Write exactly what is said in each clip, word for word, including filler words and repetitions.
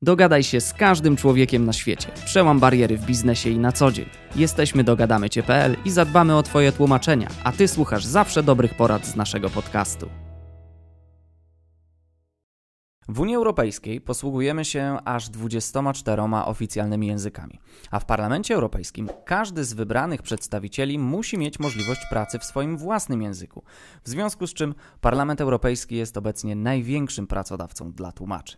Dogadaj się z każdym człowiekiem na świecie. Przełam bariery w biznesie i na co dzień. Jesteśmy dogadamycie kropka pe el i zadbamy o Twoje tłumaczenia, a Ty słuchasz zawsze dobrych porad z naszego podcastu. W Unii Europejskiej posługujemy się aż dwudziestoma czterema oficjalnymi językami, a w Parlamencie Europejskim każdy z wybranych przedstawicieli musi mieć możliwość pracy w swoim własnym języku, w związku z czym Parlament Europejski jest obecnie największym pracodawcą dla tłumaczy.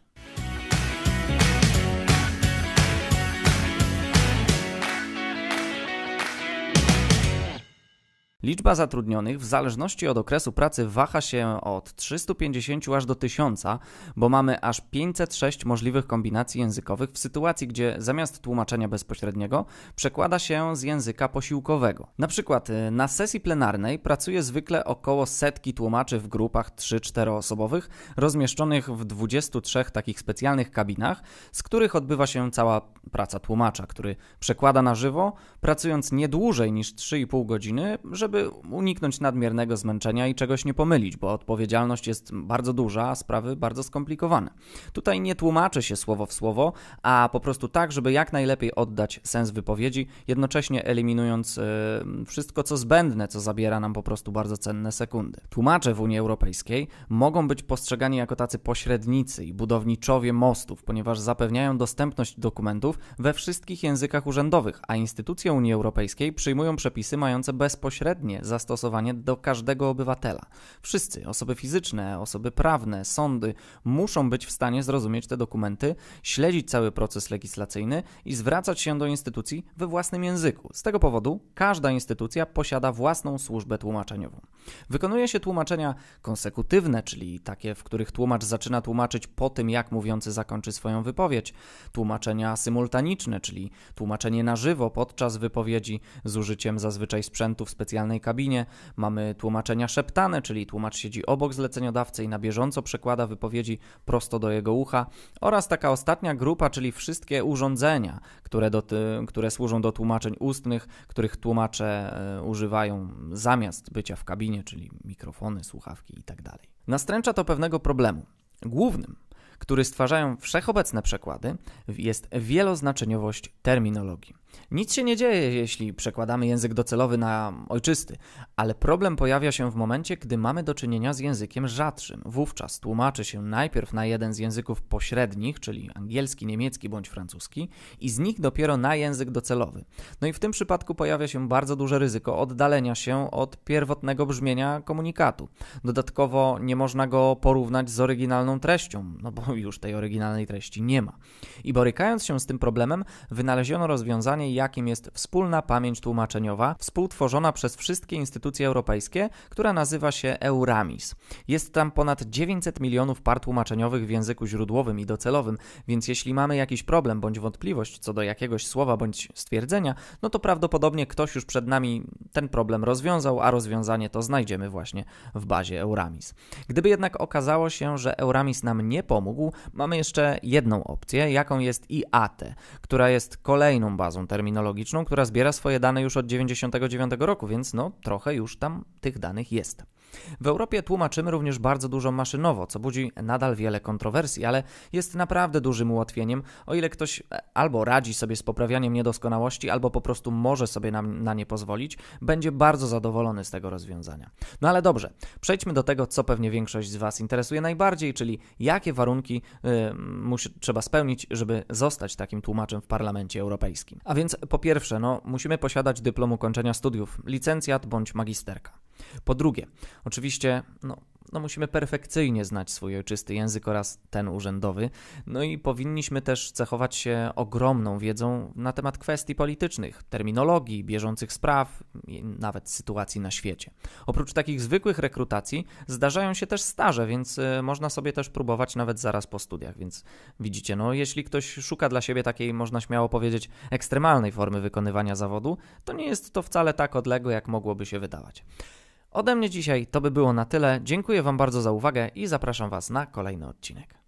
Liczba zatrudnionych w zależności od okresu pracy waha się od trzystu pięćdziesięciu aż do tysiąca, bo mamy aż pięćset sześć możliwych kombinacji językowych w sytuacji, gdzie zamiast tłumaczenia bezpośredniego przekłada się z języka posiłkowego. Na przykład na sesji plenarnej pracuje zwykle około setki tłumaczy w grupach trzy-czteroosobowych rozmieszczonych w dwudziestu trzech takich specjalnych kabinach, z których odbywa się cała praca tłumacza, który przekłada na żywo, pracując nie dłużej niż trzy i pół godziny, żeby uniknąć nadmiernego zmęczenia i czegoś nie pomylić, bo odpowiedzialność jest bardzo duża, a sprawy bardzo skomplikowane. Tutaj nie tłumaczy się słowo w słowo, a po prostu tak, żeby jak najlepiej oddać sens wypowiedzi, jednocześnie eliminując yy, wszystko, co zbędne, co zabiera nam po prostu bardzo cenne sekundy. Tłumacze w Unii Europejskiej mogą być postrzegani jako tacy pośrednicy i budowniczowie mostów, ponieważ zapewniają dostępność dokumentów we wszystkich językach urzędowych, a instytucje Unii Europejskiej przyjmują przepisy mające bezpośrednie zastosowanie do każdego obywatela. Wszyscy, osoby fizyczne, osoby prawne, sądy muszą być w stanie zrozumieć te dokumenty, śledzić cały proces legislacyjny i zwracać się do instytucji we własnym języku. Z tego powodu każda instytucja posiada własną służbę tłumaczeniową. Wykonuje się tłumaczenia konsekutywne, czyli takie, w których tłumacz zaczyna tłumaczyć po tym, jak mówiący zakończy swoją wypowiedź. Tłumaczenia symultaniczne, czyli tłumaczenie na żywo podczas wypowiedzi z użyciem zazwyczaj sprzętu w specjalnej kabinie. Mamy tłumaczenia szeptane, czyli tłumacz siedzi obok zleceniodawcy i na bieżąco przekłada wypowiedzi prosto do jego ucha. Oraz taka ostatnia grupa, czyli wszystkie urządzenia, które, do, które służą do tłumaczeń ustnych, których tłumacze e, używają zamiast bycia w kabinie, czyli mikrofony, słuchawki itd. Nastręcza to pewnego problemu. Głównym, który stwarzają wszechobecne przekłady, jest wieloznaczeniowość terminologii. Nic się nie dzieje, jeśli przekładamy język docelowy na ojczysty, ale problem pojawia się w momencie, gdy mamy do czynienia z językiem rzadszym. Wówczas tłumaczy się najpierw na jeden z języków pośrednich, czyli angielski, niemiecki bądź francuski, i z nich dopiero na język docelowy. No i w tym przypadku pojawia się bardzo duże ryzyko oddalenia się od pierwotnego brzmienia komunikatu. Dodatkowo nie można go porównać z oryginalną treścią, no bo już tej oryginalnej treści nie ma. I borykając się z tym problemem, wynaleziono rozwiązanie, jakim jest wspólna pamięć tłumaczeniowa, współtworzona przez wszystkie instytucje europejskie, która nazywa się Euramis. Jest tam ponad dziewięćset milionów par tłumaczeniowych w języku źródłowym i docelowym, więc jeśli mamy jakiś problem bądź wątpliwość co do jakiegoś słowa bądź stwierdzenia, no to prawdopodobnie ktoś już przed nami ten problem rozwiązał, a rozwiązanie to znajdziemy właśnie w bazie Euramis. Gdyby jednak okazało się, że Euramis nam nie pomógł, mamy jeszcze jedną opcję, jaką jest I A T, która jest kolejną bazą terminologiczną, która zbiera swoje dane już od dziewięćdziesiątego dziewiątego roku, więc no trochę już tam tych danych jest. W Europie tłumaczymy również bardzo dużo maszynowo, co budzi nadal wiele kontrowersji, ale jest naprawdę dużym ułatwieniem, o ile ktoś albo radzi sobie z poprawianiem niedoskonałości, albo po prostu może sobie na, na nie pozwolić, będzie bardzo zadowolony z tego rozwiązania. No ale dobrze, przejdźmy do tego, co pewnie większość z Was interesuje najbardziej, czyli jakie warunki yy, musi, trzeba spełnić, żeby zostać takim tłumaczem w Parlamencie Europejskim. A więc po pierwsze, no, musimy posiadać dyplom ukończenia studiów, licencjat bądź magisterka. Po drugie, oczywiście no, no musimy perfekcyjnie znać swój ojczysty język oraz ten urzędowy, no i powinniśmy też cechować się ogromną wiedzą na temat kwestii politycznych, terminologii, bieżących spraw i nawet sytuacji na świecie. Oprócz takich zwykłych rekrutacji zdarzają się też staże, więc y, można sobie też próbować nawet zaraz po studiach, więc widzicie, no jeśli ktoś szuka dla siebie takiej, można śmiało powiedzieć, ekstremalnej formy wykonywania zawodu, to nie jest to wcale tak odległe, jak mogłoby się wydawać. Ode mnie dzisiaj to by było na tyle. Dziękuję Wam bardzo za uwagę i zapraszam Was na kolejny odcinek.